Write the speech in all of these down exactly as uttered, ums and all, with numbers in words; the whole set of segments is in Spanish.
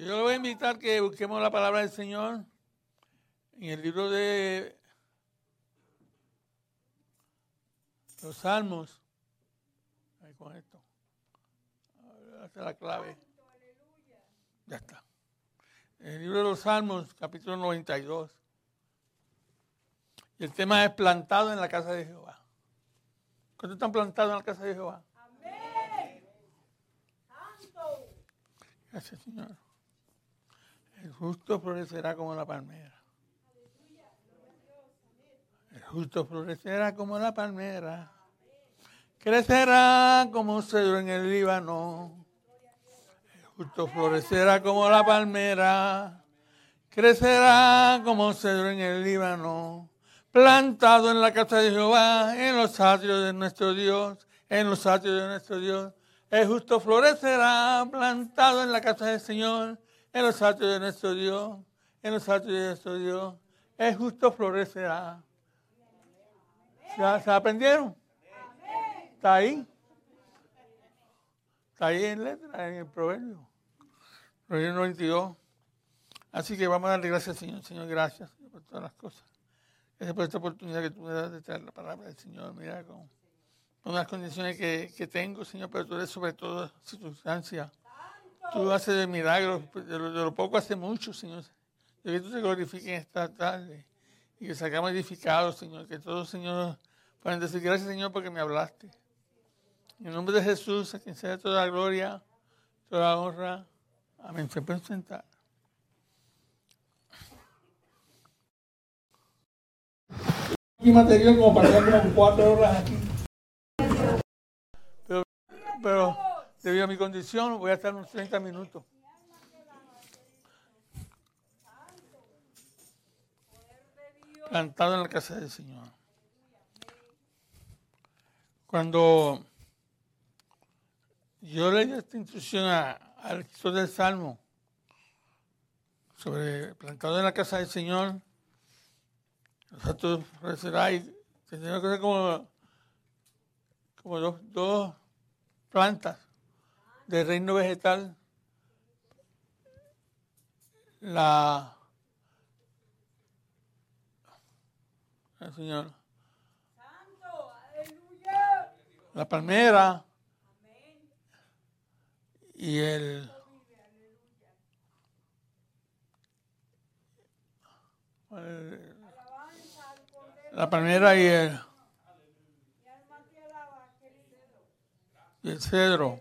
Yo le voy a invitar que busquemos la palabra del Señor en el libro de los Salmos. Ahí con esto. Esta es la clave. Ya está. En el libro de los Salmos, capítulo noventa y dos. Y el tema es plantado en la casa de Jehová. ¿Cuántos están plantados en la casa de Jehová? Amén. Santo. Gracias, Señor. El justo florecerá como la palmera. El justo florecerá como la palmera. Crecerá como cedro en el Líbano. El justo florecerá como la palmera. Crecerá como cedro en el Líbano. Plantado en la casa de Jehová, en los atrios de nuestro Dios, en los atrios de nuestro Dios. El justo florecerá, plantado en la casa del Señor, en los atrios de nuestro Dios, en los atrios de nuestro Dios. El justo florecerá. ¿Se, ¿se aprendieron? ¿Está ahí? Está ahí en letra, en el proverbio. Proverbio noventa y dos. Así que vamos a darle gracias, Señor. Señor, gracias por todas las cosas. Gracias por esta oportunidad que tú me das de traer la palabra del Señor. Mira, con, con las condiciones que, que tengo, Señor, pero tú eres sobre todas circunstancias. Tú haces de milagros, de lo, de lo poco hace mucho, Señor. Yo que tú te glorifiques en esta tarde y que salgamos edificados, Señor. Que todos, Señor, puedan decir gracias, Señor, porque me hablaste. En el nombre de Jesús, a quien sea toda la gloria, toda la honra. Amén. Se pueden sentar. Aquí material como para estar como cuatro horas aquí. Pero, pero debido a mi condición voy a estar unos treinta minutos. Plantado en la casa del Señor. Cuando yo leí esta instrucción al escritor del Salmo sobre plantado en la casa del Señor, nosotros florecerá y tendrá que ser como, como dos, dos plantas del reino vegetal. La, el Señor, Santo. Aleluya. la palmera y el, el la palmera y el, y el cedro.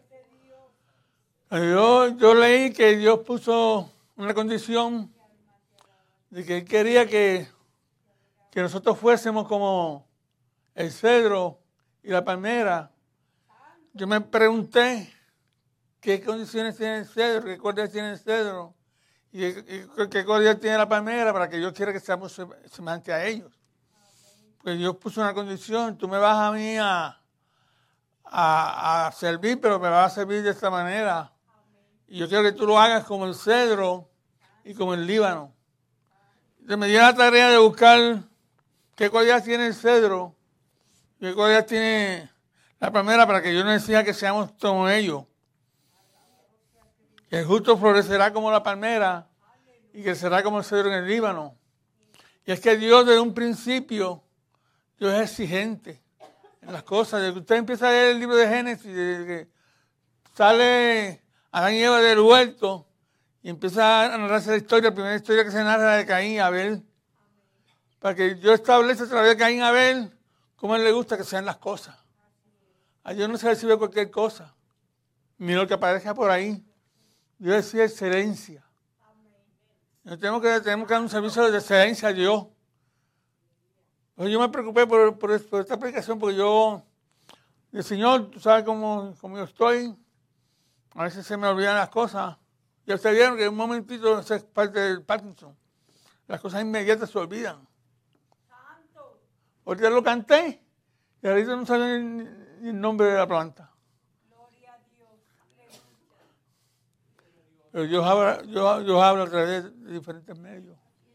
Yo, yo leí que Dios puso una condición de que Él quería que, que nosotros fuésemos como el cedro y la palmera. Yo me pregunté qué condiciones tiene el cedro, qué cualidades tiene el cedro y, y qué cualidades tiene la palmera para que Dios quiera que seamos semejantes a ellos. Pues Dios puso una condición, tú me vas a mí a, a, a servir, pero me vas a servir de esta manera. Y yo quiero que tú lo hagas como el cedro y como el Líbano. Entonces me dio la tarea de buscar qué cualidades tiene el cedro y qué cualidades tiene la palmera para que yo no decida que seamos como ellos. Que el justo florecerá como la palmera y que será como el cedro en el Líbano. Y es que Dios desde un principio, Dios es exigente en las cosas. Desde que usted empieza a leer el libro de Génesis, desde que sale Adán y Eva del huerto y empieza a narrarse la historia, la primera historia que se narra la de Caín y Abel, para que Dios establece a través de Caín y Abel cómo a él le gusta que sean las cosas. A Dios no se recibe cualquier cosa. Mira lo que aparece por ahí. Dios decía excelencia. Nos tenemos que, tenemos que dar un servicio de excelencia a Dios. Yo me preocupé por, por, por esta predicación porque yo, el Señor, tú sabes cómo, cómo yo estoy, a veces se me olvidan las cosas. Ya ustedes vieron que en un momentito eso es parte del Parkinson. Las cosas inmediatas se olvidan. Santo. Ahorita lo canté y ahorita no sabe ni, ni el nombre de la planta. Gloria a Dios. Aleluya. Pero Dios habla, Dios, Dios habla a través de diferentes medios.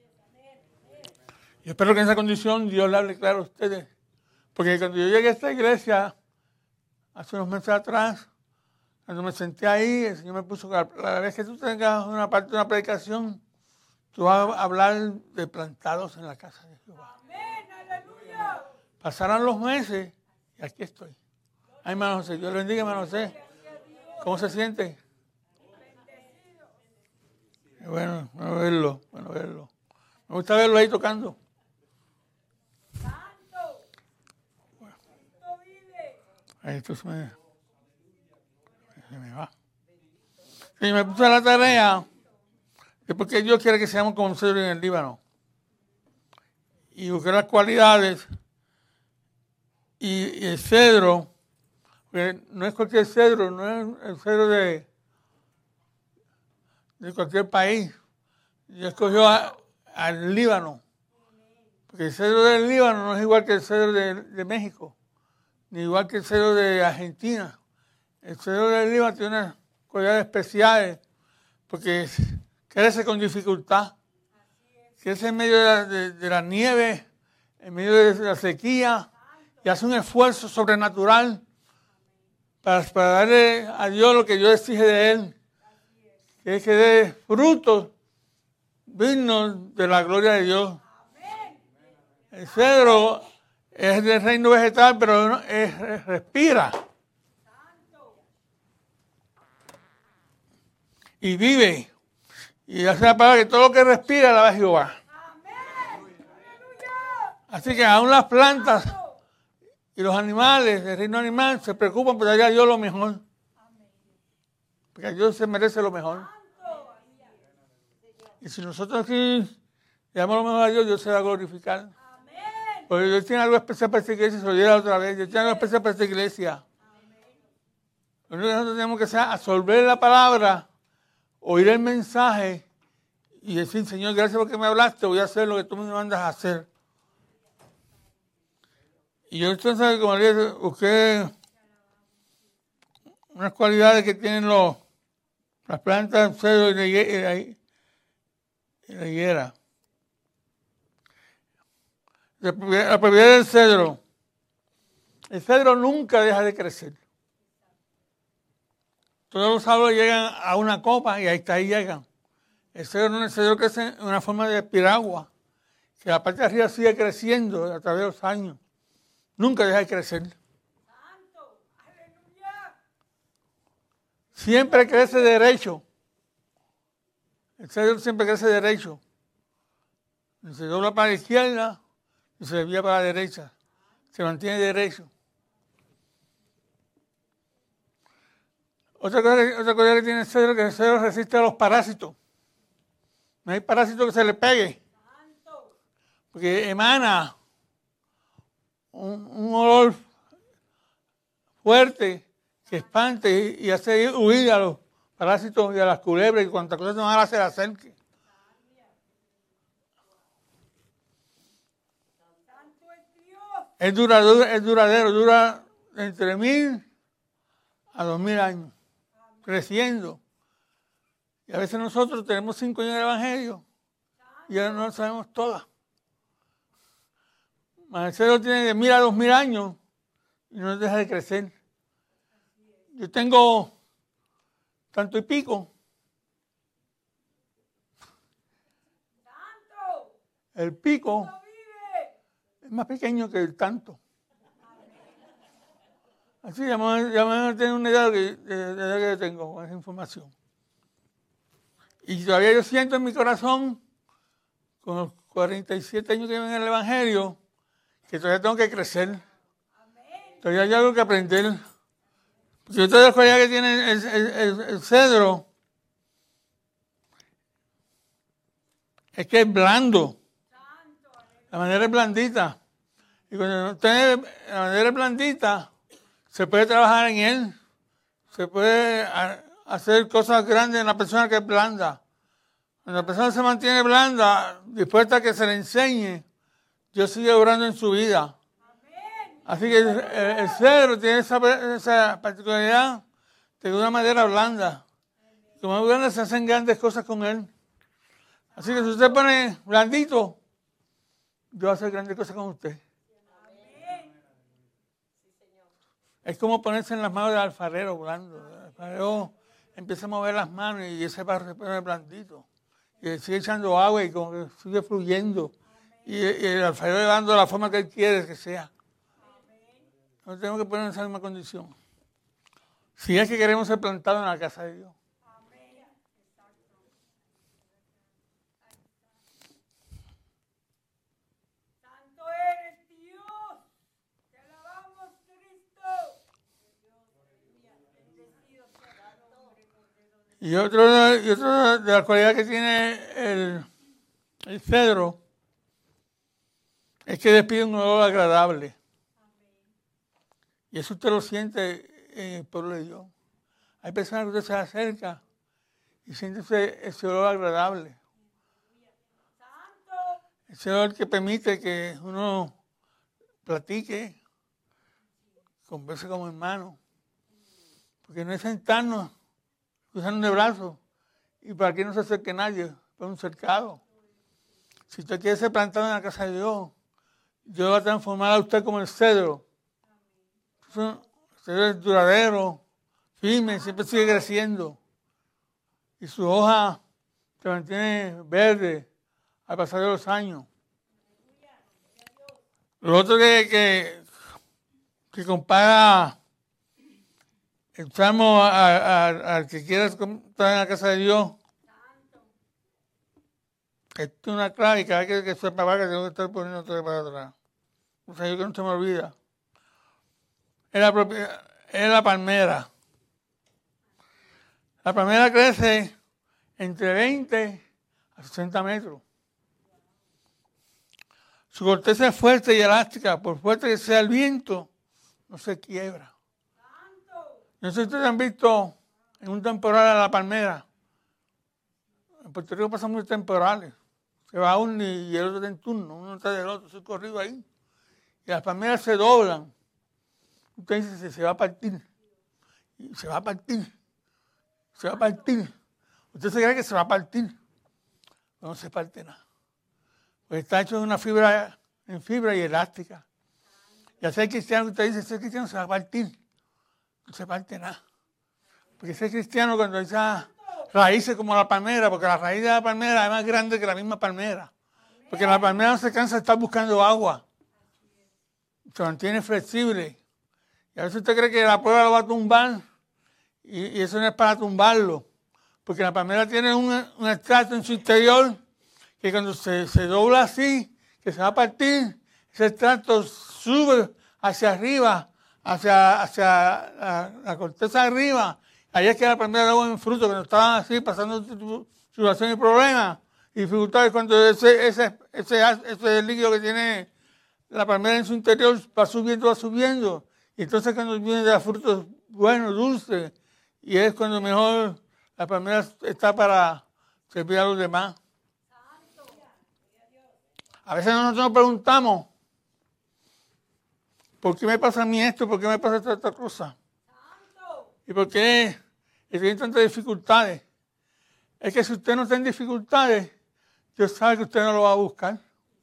Yo espero que en esa condición Dios le hable claro a ustedes. Porque cuando yo llegué a esta iglesia, hace unos meses atrás, Cuando me senté ahí, el Señor me puso, la, la vez que tú tengas una parte de una predicación, tú vas a hablar de plantados en la casa de Jehová. Amén, aleluya. Pasarán los meses y aquí estoy. Ay, hermano José, Dios le bendiga, hermano José. ¿Cómo se siente? Bueno, bueno verlo, bueno verlo. Me gusta verlo ahí tocando. Santo. Cristo vive. Ahí esto se me, se me va. Y me puse a la tarea es porque Dios quiere que seamos como un cedro en el Líbano. Y busqué las cualidades. Y, y el cedro, porque no es cualquier cedro, no es el cedro de, de cualquier país. Dios escogió a- al Líbano. Porque el cedro del Líbano no es igual que el cedro de, de México, ni igual que el cedro de Argentina. El cedro del Líbano tiene unas cualidades especiales porque crece con dificultad. Crece en medio de la, de, de la nieve, en medio de la sequía, y hace un esfuerzo sobrenatural para, para darle a Dios lo que Dios exige de él, que es que dé frutos dignos de la gloria de Dios. El cedro es del reino vegetal, pero no- es- es- respira y vive. Y hace la palabra que todo lo que respira la va a Jehová. Amén. Aleluya. Así que aún las plantas y los animales del reino animal se preocupan por darle a Dios lo mejor. Porque Dios se merece lo mejor. Y si nosotros aquí le damos lo mejor a Dios, Dios se va a glorificar. Amén. Porque Dios tiene algo especial para esta iglesia, se lo dirá otra vez. Dios tiene algo especial para esta iglesia. Lo único que nosotros tenemos que hacer es absorber la palabra, oír el mensaje y decir, Señor, gracias porque me hablaste, voy a hacer lo que tú me mandas a hacer. Y yo entonces, como le dije, busqué unas cualidades que tienen los, las plantas, el cedro y la higue- y la hi- y la higuera. La propiedad la propiedad del cedro. El cedro nunca deja de crecer. Todos los árboles llegan a una copa y ahí está, ahí llegan. El cedro no es el cedro que crece en una forma de piragua, que la parte de arriba sigue creciendo a través de los años. Nunca deja de crecer. Santo. Aleluya. Siempre crece derecho. El cedro siempre crece derecho. Y se dobla para la izquierda y se desvía para la derecha. Se mantiene derecho. Otra cosa, que- otra cosa que tiene el cedro es que el cedro resiste a los parásitos. No hay parásito que se le pegue, Santo. porque emana un, un olor fuerte que espante y, y hace huir a los parásitos y a las culebras y cuantas cosas malas se le acerquen. Santo es Dios. Es duradero, es duradero, dura entre mil a dos mil años, creciendo. Y a veces nosotros tenemos cinco años de evangelio y ya no lo sabemos todas. Mas el cedro tiene de mil a dos mil años y no deja de crecer. Yo tengo tanto y pico. Santo. El pico Cristo vive. es más pequeño que el tanto. Así ya me, ya me tiene una idea de, de, de la edad que yo tengo con esa información. Y todavía yo siento en mi corazón, con los cuarenta y siete años que llevo en el Evangelio, que todavía tengo que crecer. Todavía hay algo que aprender. Porque yo todavía la cualidad que tiene el, el, el, el cedro es que es blando. La madera es blandita. Y cuando usted, la madera es blandita, se puede trabajar en él. Se puede a- hacer cosas grandes en la persona que es blanda. Cuando la persona se mantiene blanda, dispuesta a que se le enseñe, Dios sigue obrando en su vida. Así que el, el- el cedro tiene esa, esa particularidad de una madera blanda. Como es blanda, se hacen grandes cosas con él. Así que si usted pone blandito, Dios va a hacer grandes cosas con usted. Es como ponerse en las manos del alfarero blando. alfarero empieza a mover las manos y ese barro se pone blandito. Y sigue echando agua y como que sigue fluyendo. Y, y el alfarero le va dando la forma que él quiere que sea. No tenemos que poner en esa misma condición. Si es que queremos ser plantados en la casa de Dios. Santo eres Dios. Te alabamos, Cristo. Bendecido sea tu nombre, Cordero de Dios. Y otro, y otro de las cualidades que tiene el, el cedro es que despide un olor agradable. Y eso usted lo siente en el pueblo de Dios. Hay personas que usted se acerca y siente ese, ese olor agradable. Santo. Ese olor que permite que uno platique, converse como hermano. Porque no es sentarnos, cruzarnos de brazos y para que no se acerque nadie, para un cercado. Si usted quiere ser plantado en la casa de Dios, Dios va a transformar a usted como el cedro. El cedro es duradero, firme, siempre sigue creciendo. Y su hoja se mantiene verde al pasar de los años. Lo otro que, que, que compara el salmo al que quiera estar en la casa de Dios. Esto es una clave y cada vez que, que sepa va que tengo que estar poniendo otra para atrás. O sea, yo que no se me olvida. Es la, propia, es la palmera. La palmera crece entre veinte a sesenta metros. Su corteza es fuerte y elástica. Por fuerte que sea el viento, no se quiebra. No sé si ustedes han visto en un temporal a la palmera. En Puerto Rico pasan muchos temporales. Se va uno y el otro está en turno, uno está del otro, se corrido ahí. Y las palmeras se doblan. Usted dice, se, se va a partir. Y se va a partir. Se va a partir. Usted se cree que se va a partir. Pero no se parte nada. Pues está hecho de una fibra en fibra y elástica. Y así hay cristiano que usted dice, ese cristiano se va a partir. No se parte nada. Porque ese cristiano cuando dice ah, raíces como la palmera, porque la raíz de la palmera es más grande que la misma palmera. Porque la palmera no se cansa de estar buscando agua. Se mantiene flexible. Y a veces usted cree que la prueba lo va a tumbar. Y, y eso no es para tumbarlo. Porque la palmera tiene un, un extracto en su interior que cuando se, se dobla así, que se va a partir, ese extracto sube hacia arriba, hacia, hacia la, la corteza de arriba. Ahí es que la palmera da buen fruto, cuando estaban así, pasando situaciones y problemas y dificultades, cuando ese, ese, ese, ese líquido que tiene la palmera en su interior va subiendo, va subiendo. Y entonces cuando viene de frutos buenos, dulces, y es cuando mejor la palmera está para servir a los demás. A veces nosotros nos preguntamos, ¿por qué me pasa a mí esto? ¿Por qué me pasa esta, esta cosa? ¿Y por qué tienen tantas dificultades? Es que si usted no está en dificultades, Dios sabe que usted no lo va a buscar.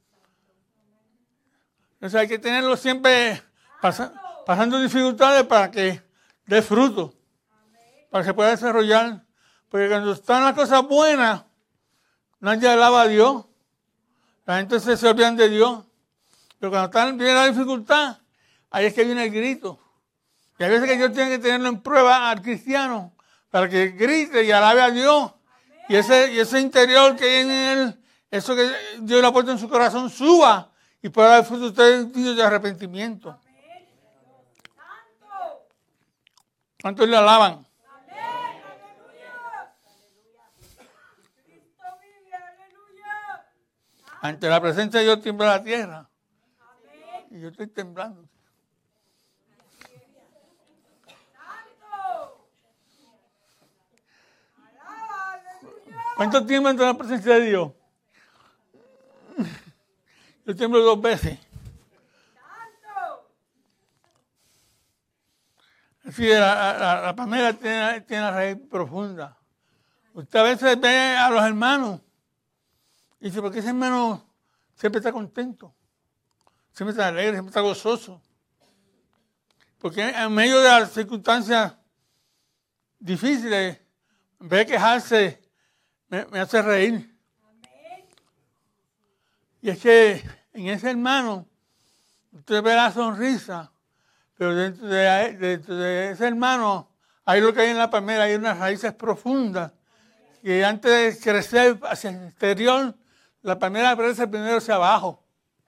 Entonces hay que tenerlo siempre pasa, pasando dificultades para que dé fruto, para que se pueda desarrollar. Porque cuando están las cosas buenas, nadie alaba a Dios. La gente se, se olvida de Dios. Pero cuando están, viene la dificultad, ahí es que viene el grito. Y hay veces que Dios tiene que tenerlo en prueba al cristiano para que grite y alabe a Dios. Y ese, y ese interior que hay en él, eso que Dios le ha puesto en su corazón, suba y pueda dar fruto a ustedes de arrepentimiento. ¿Cuántos le alaban? Ante la presencia de Dios tiembla la tierra. Amén. Y yo estoy temblando. ¿Cuánto tiembla ante la presencia de Dios? Yo tiemblo dos veces. Así la, la, la palmera tiene, tiene la raíz profunda. Usted a veces ve a los hermanos y dice, ¿por qué ese hermano siempre está contento? Siempre está alegre, siempre está gozoso. Porque en medio de las circunstancias difíciles, en vez de quejarse, me, me hace reír. Amén. Y es que en ese hermano, usted ve la sonrisa, pero dentro de, dentro de ese hermano hay lo que hay en la palmera, hay unas raíces profundas, que antes de crecer hacia el exterior, la palmera crece primero hacia abajo.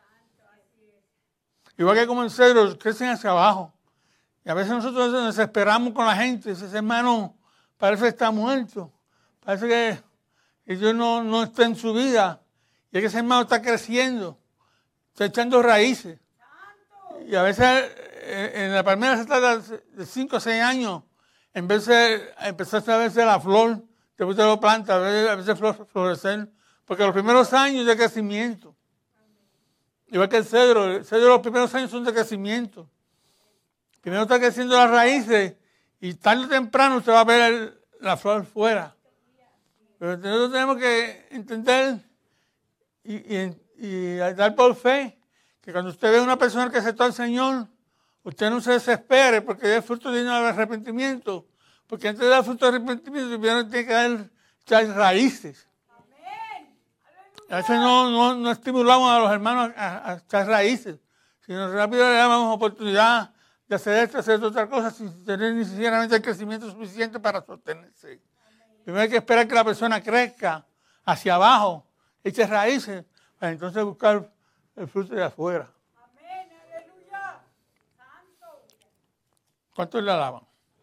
Igual que como en cedro, crecen hacia abajo. Y a veces nosotros nos desesperamos con la gente, ese hermano parece que está muerto, parece que, que Dios no, no está en su vida, y es que ese hermano está creciendo, está echando raíces. Y a veces en la palmera se trata de cinco o seis años, en vez de empezar a verse la flor, después de lo planta, a veces, a veces florecer, porque los primeros años de crecimiento, igual que el cedro, el cedro los primeros años son de crecimiento. Primero está creciendo las raíces y tarde o temprano usted va a ver el, la flor fuera. Pero nosotros tenemos que entender y, y, y dar por fe que cuando usted ve a una persona que aceptó al Señor, usted no se desespere porque es fruto digno del arrepentimiento. Porque antes de dar fruto del arrepentimiento, primero tiene que dar echar raíces. Amén. A veces no, no, no estimulamos a los hermanos a, a echar raíces, sino rápido le damos oportunidad de hacer esto, hacer otra cosa, sin tener ni siquiera el crecimiento suficiente para sostenerse. Primero hay que esperar que la persona crezca hacia abajo, eche raíces, para entonces buscar el fruto de afuera. Amén. Aleluya. Santo. ¿Cuántos le alaban?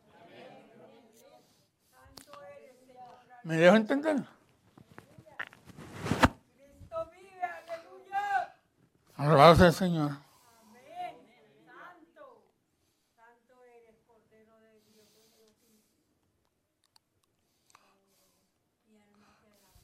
Santo eres, Señor. ¿Me dejo entender? Cristo vive. Aleluya. Alabado sea el Señor. Amén. Santo. Santo eres, Cordero de Dios. Mi alma te alaba.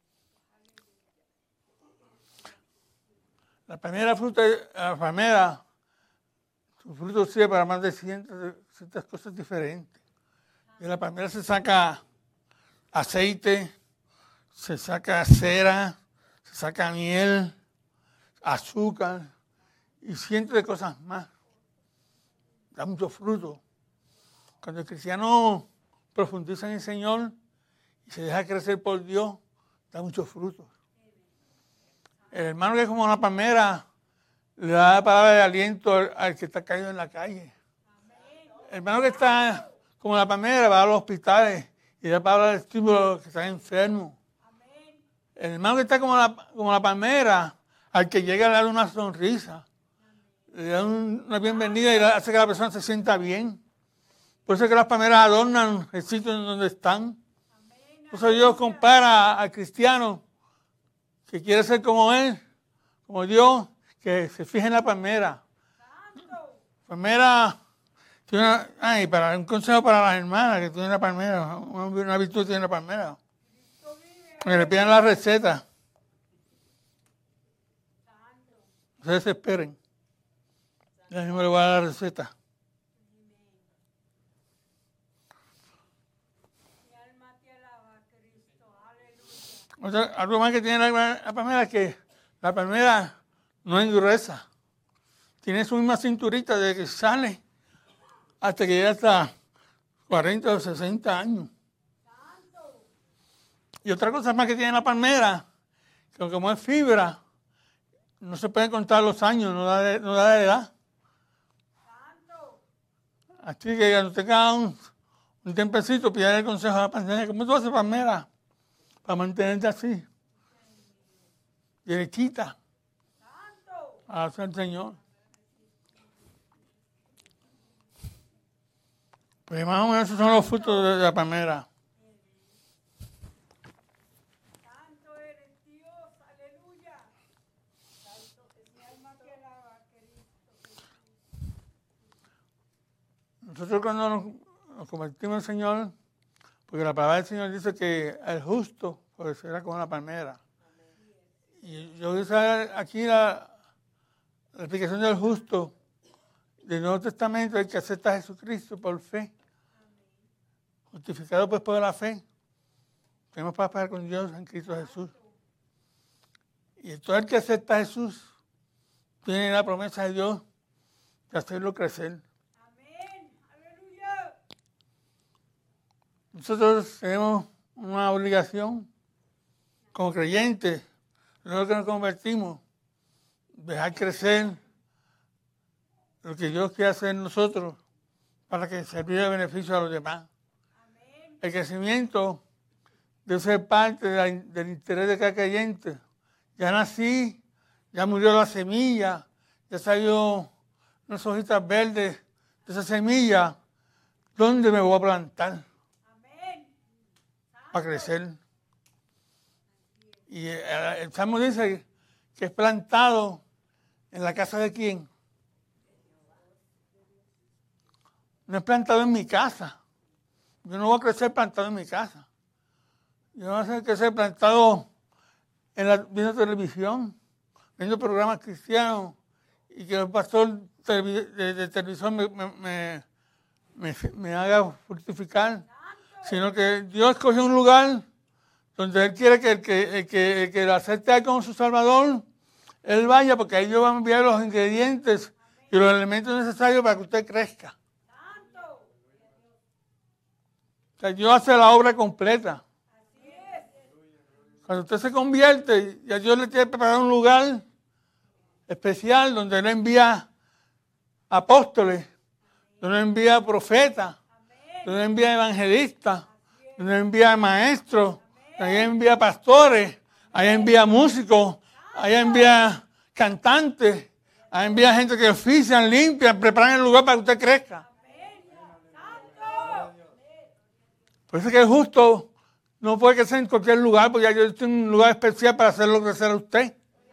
La primera fruta, la palmera, su fruto sirve para más de cientos, cientos cosas diferentes. De la palmera se saca aceite, se saca cera, se saca miel, azúcar y cientos de cosas más. Da mucho fruto. Cuando el cristiano profundiza en el Señor y se deja crecer por Dios, da muchos frutos. El hermano que es como una palmera le da la palabra de aliento al, al que está caído en la calle. El hermano que está como la palmera va a los hospitales y da palabra de estímulo a los que están enfermos. El hermano que está como la, como la palmera, al que llega le da una sonrisa, le da un, una bienvenida y hace que la persona se sienta bien. Por eso es que las palmeras adornan el sitio en donde están. Por eso Dios compara al cristiano que quiere ser como Él, como Dios, que se fije en la palmera. Palmera, tiene una, ay, para, un consejo para las hermanas que tienen la palmera, una, una virtud tiene la palmera. Que le pidan la receta. No se desesperen. Ya mismo le voy a dar la receta. O sea, algo más que tiene la, la palmera es que la palmera no endureza. Tiene su misma cinturita de que sale hasta que llega hasta cuarenta o sesenta años. Y otra cosa más que tiene la palmera, que como es fibra, no se pueden contar los años, no da de, no da de edad. Así que cuando tenga un, un tiempecito, pídale el consejo a la palmera. ¿Cómo tú haces palmera? Para mantenerte así, derechita, a hacer el Señor. Pues más o menos esos son los frutos de la palmera. Santo eres Dios, aleluya. Santo es mi alma que alaba, Cristo. Nosotros cuando nos, nos convertimos en el Señor, porque la palabra del Señor dice que el justo pues, será como una palmera. Y yo voy a usar aquí la, la explicación del justo del Nuevo Testamento, el que acepta a Jesucristo por fe. Justificado pues por la fe. Tenemos paz para con Dios en Cristo Jesús. Y todo el que acepta a Jesús tiene la promesa de Dios de hacerlo crecer. Amén, aleluya. nosotros tenemos una obligación como creyentes, luego que nos convertimos, dejar crecer lo que Dios quiere hacer en nosotros para que servir de beneficio a los demás. Amén. El crecimiento debe ser parte de la, del interés de cada creyente. Ya nací, ya murió la semilla, ya salió unas hojitas verdes de esa semilla. ¿Dónde me voy a plantar? Amén. Para crecer. Y el, el Salmo dice que es plantado en la casa de quién. No es plantado en mi casa. Yo no voy a crecer plantado en mi casa. Yo voy a crecer plantado en la, viendo televisión, viendo programas cristianos y que el pastor de, de, de televisor me, me, me, me, me haga fructificar. Sino que Dios escogió un lugar donde Él quiere que el que, el que, el que lo acepte como su Salvador, Él vaya, porque ahí yo voy a enviar los ingredientes y los elementos necesarios para que usted crezca. O sea, Dios hace la obra completa. Cuando usted se convierte, ya Dios le tiene preparado un lugar especial donde Él envía apóstoles, donde Él envía profetas, donde Él envía evangelistas, donde Él envía maestros, donde Él envía pastores, ahí envía músicos, ahí envía cantantes, ahí envía gente que ofician, limpian, preparan el lugar para que usted crezca. Por eso es que el justo no puede crecer en cualquier lugar, porque ya yo estoy en un lugar especial para hacerlo crecer a usted.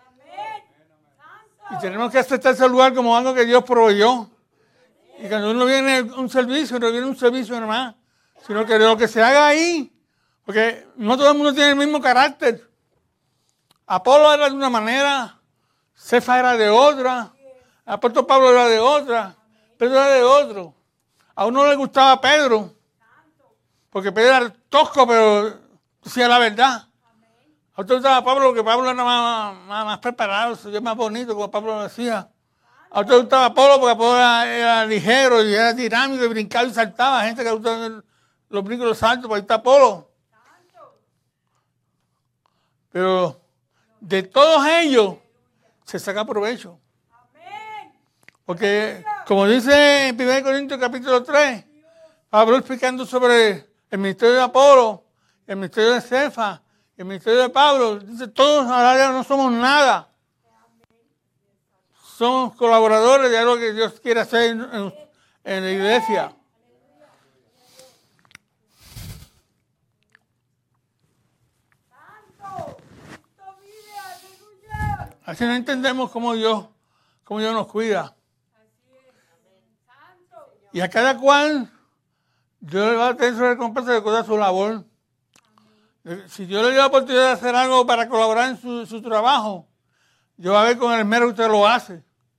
Y tenemos que aceptar ese lugar como algo que Dios proveyó. Y cuando uno viene a un servicio, no viene un servicio nomás, sino que lo que se haga ahí, porque no todo el mundo tiene el mismo carácter. Apolo era de una manera, Cefa era de otra, el apóstol Pablo era de otra, Pedro era de otro. A uno le gustaba Pedro, porque Pedro era tosco, pero decía la verdad. A otro le gustaba Pablo, porque Pablo era más, más, más preparado, se veía más bonito, como Pablo decía. A otro le gustaba Apolo, porque Apolo era, era ligero y era dinámico y brincaba y saltaba. Gente que le gustaba los brincos y los saltos, pues ahí está Apolo. Pero de todos ellos se saca provecho. Porque, como dice en primera Corintios capítulo tres, Pablo explicando sobre el ministerio de Apolo, el ministerio de Cefa, el ministerio de Pablo, dice, todos ahora no somos nada. Somos colaboradores de algo que Dios quiere hacer en, en, en la iglesia. Así no entendemos cómo Dios, cómo Dios nos cuida. Y a cada cual, Dios le va a tener su recompensa de cuidar su labor. Si Dios le dio la oportunidad de hacer algo para colaborar en su, su trabajo, Dios va a ver con el esmero que usted lo hace.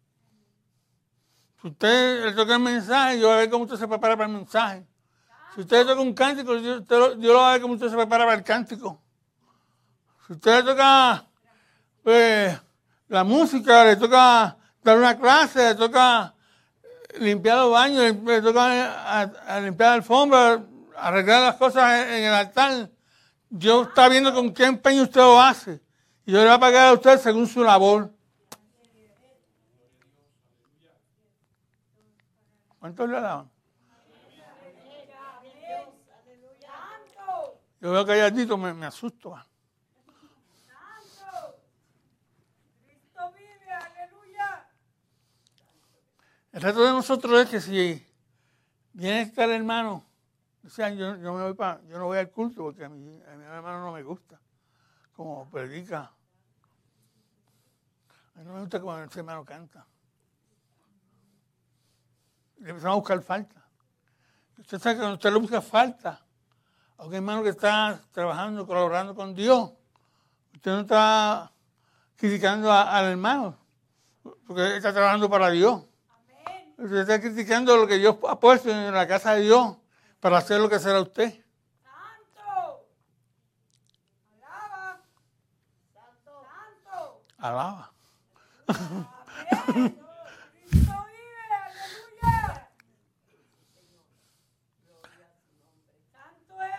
Si usted le toca el mensaje, Dios va a ver cómo usted se prepara para el mensaje. Si usted le toca un cántico, Dios, Dios lo va a ver cómo usted se prepara para el cántico. Si usted le toca pues, la música, le toca dar una clase, le toca limpiar los baños, le toca a, a limpiar la alfombra, arreglar las cosas en el altar. Dios está viendo con qué empeño usted lo hace. Y Dios le va a pagar a usted según su labor. ¿Cuántos le daban? Yo veo calladito, me, me asusto. El reto de nosotros es que si viene este hermano, o sea, yo, yo, me voy pa, yo no voy al culto porque a mi, a mi hermano no me gusta, como predica. A mí no me gusta como ese hermano canta. Le empezamos a buscar falta. Usted sabe que cuando usted le busca falta a un hermano que está trabajando, colaborando con Dios, usted no está criticando a, al hermano, porque él está trabajando para Dios. Usted está criticando lo que Dios ha puesto en la casa de Dios para hacer lo que será usted. ¡Santo! ¡Alaba! ¡Santo! ¡Santo! ¡Alaba! ¡Amén! ¡Cristo vive! ¡Aleluya! ¡Santo es!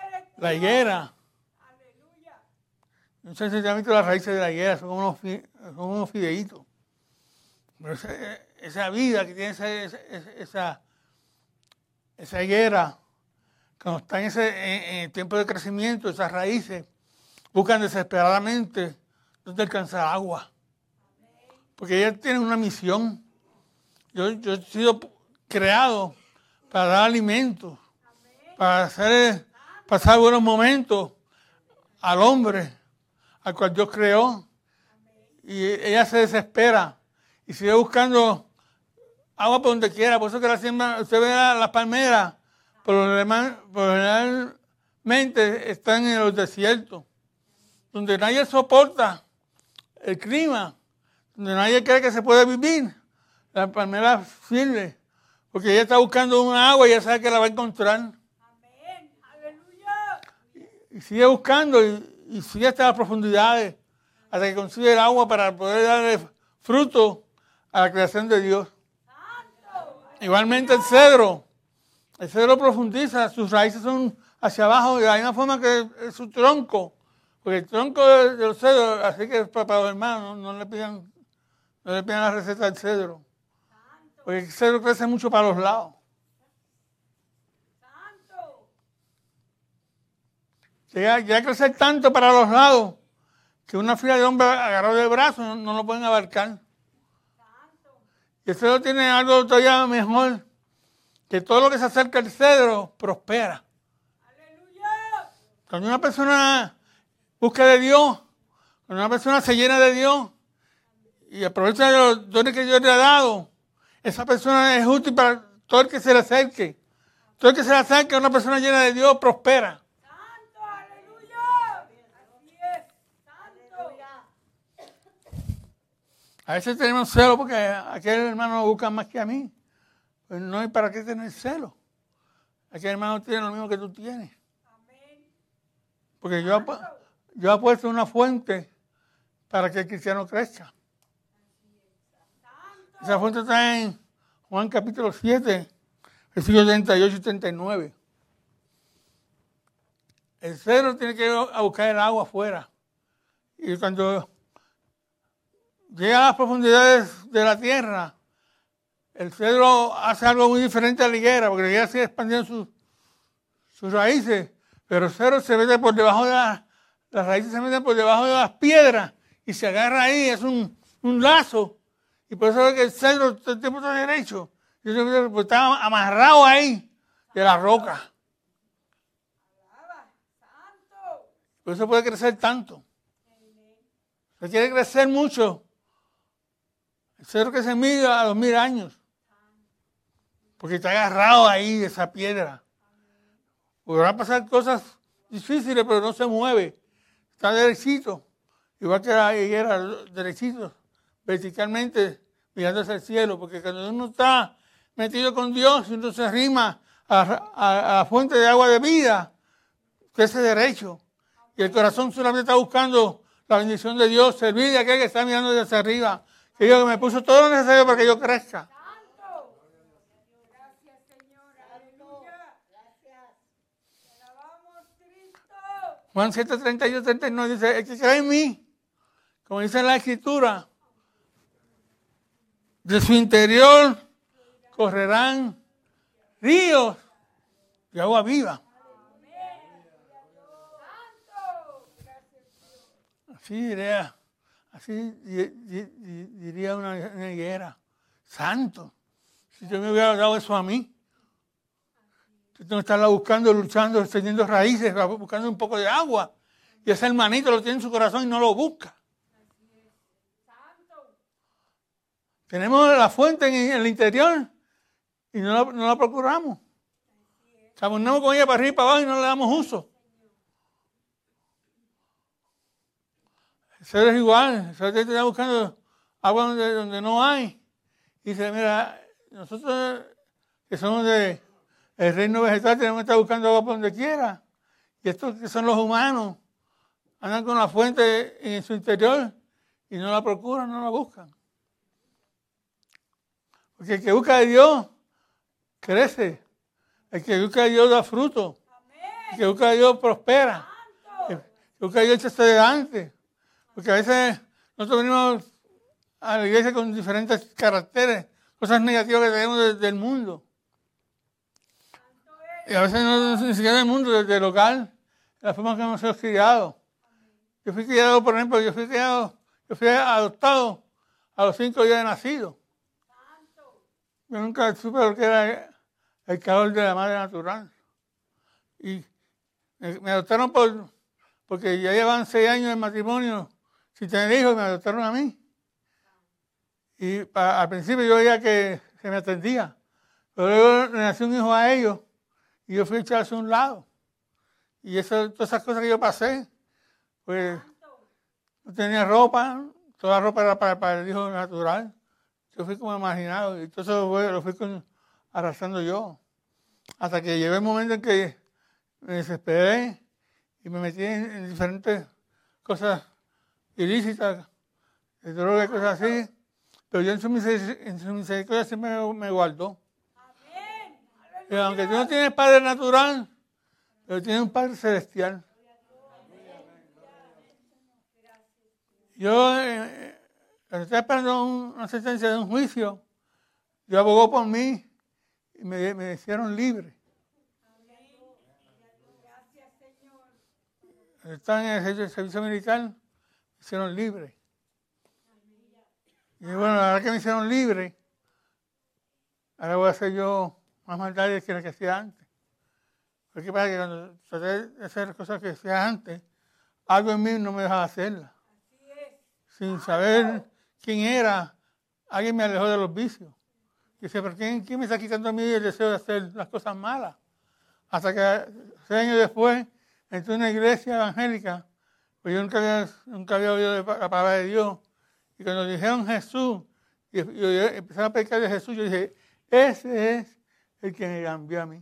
La higuera. Aleluya. No sé si te han visto las raíces de la higuera, son unos, son unos fideitos. Pero esa, esa vida que tiene esa, esa, esa, esa higuera, cuando está en, ese, en, en el tiempo de crecimiento, esas raíces buscan desesperadamente donde alcanzar agua. Porque ellas tienen una misión. Yo, yo he sido creado para dar alimento, para hacer, pasar buenos momentos al hombre al cual Dios creó. Y ella se desespera y sigue buscando agua por donde quiera. Por eso que la siembra, usted ve las palmeras, por lo demás, por generalmente están en los desiertos, donde nadie soporta el clima, donde nadie cree que se puede vivir. La palmera sirve, porque ella está buscando un agua y ella sabe que la va a encontrar. Amén. Aleluya. Y, y sigue buscando y, y sigue hasta las profundidades, hasta que consigue el agua para poder darle fruto a la creación de Dios. Santo. Igualmente el cedro, el cedro profundiza, sus raíces son hacia abajo de la misma forma que su tronco, porque el tronco de, de los cedros, así que para los hermanos no, no le pidan, no le pidan la receta del cedro, porque el cedro crece mucho para los lados. Santo. Llega, llega a crecer tanto para los lados que una fila de hombres agarrados del brazo no, no lo pueden abarcar. Y el cedro tiene algo todavía mejor, que todo lo que se acerca al cedro prospera. Aleluya. Cuando una persona busca de Dios, cuando una persona se llena de Dios y aprovecha de los dones que Dios le ha dado, esa persona es útil para todo el que se le acerque. Todo el que se le acerque a una persona llena de Dios prospera. Santo. Aleluya. Así es. Santo. A veces tenemos celo porque aquel hermano lo busca más que a mí. Pues no hay para qué tener celo. Aquel hermano tiene lo mismo que tú tienes. Amén. Porque yo, yo he puesto una fuente para que el cristiano crezca. Esa fuente está en Juan capítulo siete, versículos treinta y ocho y treinta y nueve. El cedro tiene que ir a buscar el agua afuera. Y cuando llega a las profundidades de la tierra, el cedro hace algo muy diferente a la higuera, porque la higuera sigue expandiendo sus, sus raíces, pero el cedro se mete por debajo de las, las raíces se meten por debajo de las piedras y se agarra ahí, es un, un lazo. Y por eso es que el cedro todo el tiempo está derecho. Y eso, pues, está amarrado ahí de la roca. Alaba. Santo. Por eso puede crecer tanto. Se quiere crecer mucho. El cedro que se mide a los mil años. Porque está agarrado ahí de esa piedra. Podrán pasar cosas difíciles, pero no se mueve. Está derechito. Igual que la higuera, derechito. Verticalmente mirando hacia el cielo, porque cuando uno está metido con Dios, uno se arrima a, a, a la fuente de agua de vida, crece derecho. Y el corazón solamente está buscando la bendición de Dios, servir de aquel que está mirando desde arriba, que Dios me puso todo lo necesario para que yo crezca. Santo. Gracias, Señor. Aleluya. Gracias. Te alabamos, Cristo. Juan siete, treinta y ocho, treinta y nueve dice, el que cree en mí, como dice en la Escritura, de su interior correrán ríos de agua viva. Santo. Gracias, Dios. Así diría, así di- di- di- diría una, una higuera. Santo. Si yo me hubiera dado eso a mí. Yo tengo que estarla buscando, luchando, extendiendo raíces, buscando un poco de agua. Y ese hermanito lo tiene en su corazón y no lo busca. Santo. Tenemos la fuente en el interior y no la, no la procuramos. Caminamos con ella para arriba y para abajo y no le damos uso. El cedro es igual. El cedro está buscando agua donde, donde no hay. Y dice, mira, nosotros que somos del reino vegetal tenemos que estar buscando agua por donde quiera. Y estos que son los humanos andan con la fuente en su interior y no la procuran, no la buscan. Porque el que busca de Dios crece. El que busca de Dios da fruto. Amén. Y que busca a Dios prospera. Que busca a Dios echarse adelante. Porque a veces nosotros venimos a la iglesia con diferentes caracteres, cosas negativas que tenemos de, del mundo. Y a veces no ni siquiera del mundo, desde el local, la forma que hemos sido criados. Yo fui criado, por ejemplo, yo fui criado, yo fui adoptado a los cinco días de nacido. Yo nunca supe lo que era el calor de la madre natural. Y me, me adoptaron por, porque ya llevan seis años de matrimonio sin tener hijos, y me adoptaron a mí. Y para, al principio yo veía que se me atendía, pero luego le nació un hijo a ellos y yo fui echado hacia un lado. Y eso, todas esas cosas que yo pasé, pues no tenía ropa, toda la ropa era para, para el hijo natural. Yo fui como imaginado y entonces lo fui, lo fui con, arrastrando yo. Hasta que llegó el momento en que me desesperé y me metí en, en diferentes cosas ilícitas, de droga y cosas así. Pero yo en su misericordia, en su misericordia siempre me, me guardó. Amén. Y aunque tú no tienes padre natural, pero tienes un padre celestial. Yo, eh, cuando estaba esperando un, una sentencia de un juicio, Dios abogó por mí y me, me hicieron libre. Gracias, Señor. Estaba en el servicio, servicio militar, me hicieron libre. Y bueno, la verdad que me hicieron libre, ahora voy a hacer yo más maldades que las que hacía antes. Porque pasa que cuando traté de hacer cosas que hacía antes, algo en mí no me dejaba hacerlas. Así es. Sin saber quién era, alguien me alejó de los vicios. Y dice, ¿pero quién, quién me está quitando a mí el deseo de hacer las cosas malas? Hasta que seis años después entré en una iglesia evangélica, pues yo nunca había, nunca había oído la palabra de Dios. Y cuando dijeron Jesús, y yo empecé a predicar de Jesús, yo dije, ese es el que me cambió a mí.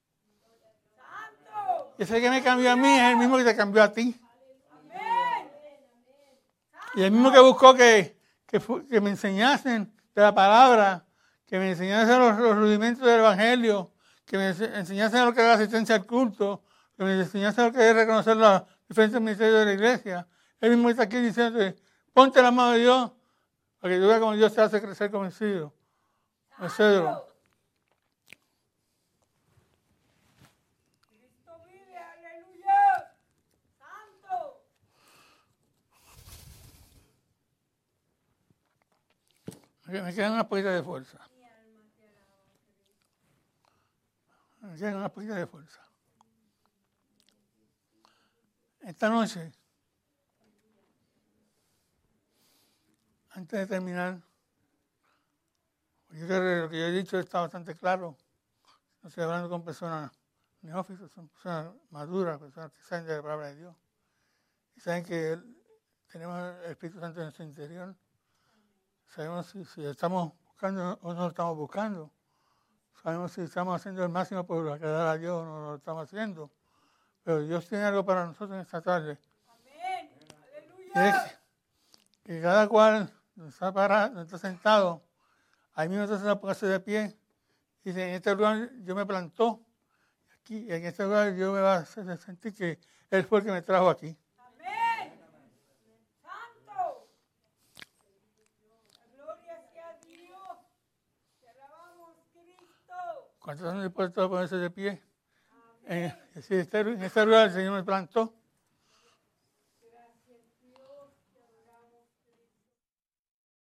Santo. Y ese que me cambió a mí es el mismo que te cambió a ti. Amén. Y el mismo que buscó que, que, que me enseñasen de la palabra, que me enseñasen los, los rudimentos del evangelio, que me enseñasen lo que es la asistencia al culto, que me enseñasen lo que es reconocer los diferentes ministerios de la iglesia. Él mismo está aquí diciendo, ponte la mano de Dios, para que tú veas cómo Dios te hace crecer como el cedro. El cedro. Cristo vive, aleluya. Santo. Me quedan unas poquitas de fuerza. Me quedan unas poquitas de fuerza. Esta noche, antes de terminar, yo creo que lo que yo he dicho está bastante claro. No estoy hablando con personas neófitas, son personas maduras, personas que saben de la palabra de Dios. Y saben que tenemos el Espíritu Santo en nuestro interior. Sabemos si, si lo estamos buscando o no lo estamos buscando. Sabemos si estamos haciendo el máximo por agradar a Dios o no lo estamos haciendo. Pero Dios tiene algo para nosotros en esta tarde. Amén. Y es que cada cual donde está, parado, donde está sentado, ahí mismo está a ponerse de pie. Dice, en este lugar yo me plantó. Aquí, en este lugar yo me voy a hacer sentir que Él fue el que me trajo aquí. Amén. Santo. Gloria sea a Dios. Te alabamos, Cristo. ¿Cuántos están dispuestos a ponerse de pie? En, en este lugar el Señor me plantó.